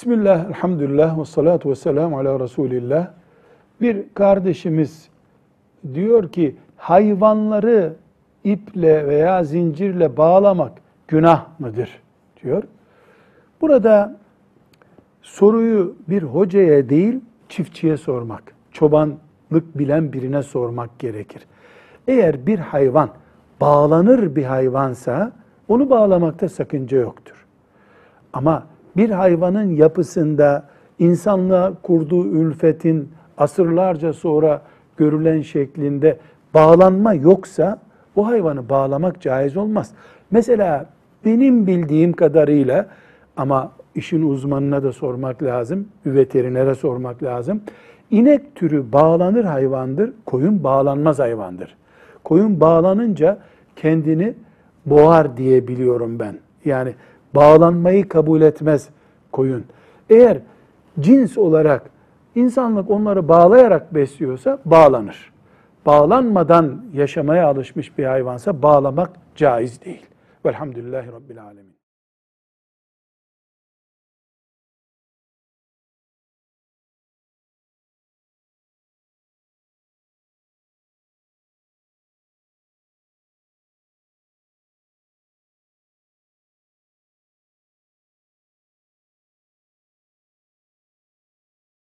Bismillah, elhamdülillah, ve salatu ve selamu ala Resulillah. Bir kardeşimiz diyor ki, hayvanları iple veya zincirle bağlamak günah mıdır diyor. Burada soruyu bir hocaya değil, çiftçiye sormak, çobanlık bilen birine sormak gerekir. Eğer bir hayvan bağlanır bir hayvansa, onu bağlamakta sakınca yoktur. Ama bir hayvanın yapısında insanla kurduğu ülfetin asırlarca sonra görülen şeklinde bağlanma yoksa o hayvanı bağlamak caiz olmaz. Mesela benim bildiğim kadarıyla, ama işin uzmanına da sormak lazım, bir veterinere sormak lazım. İnek türü bağlanır hayvandır, koyun bağlanmaz hayvandır. Koyun bağlanınca kendini boğar diye biliyorum ben. Yani bağlanmayı kabul etmez koyun. Eğer cins olarak insanlık onları bağlayarak besliyorsa bağlanır. Bağlanmadan yaşamaya alışmış bir hayvansa bağlamak caiz değil. Velhamdülillahi Rabbil Alemin.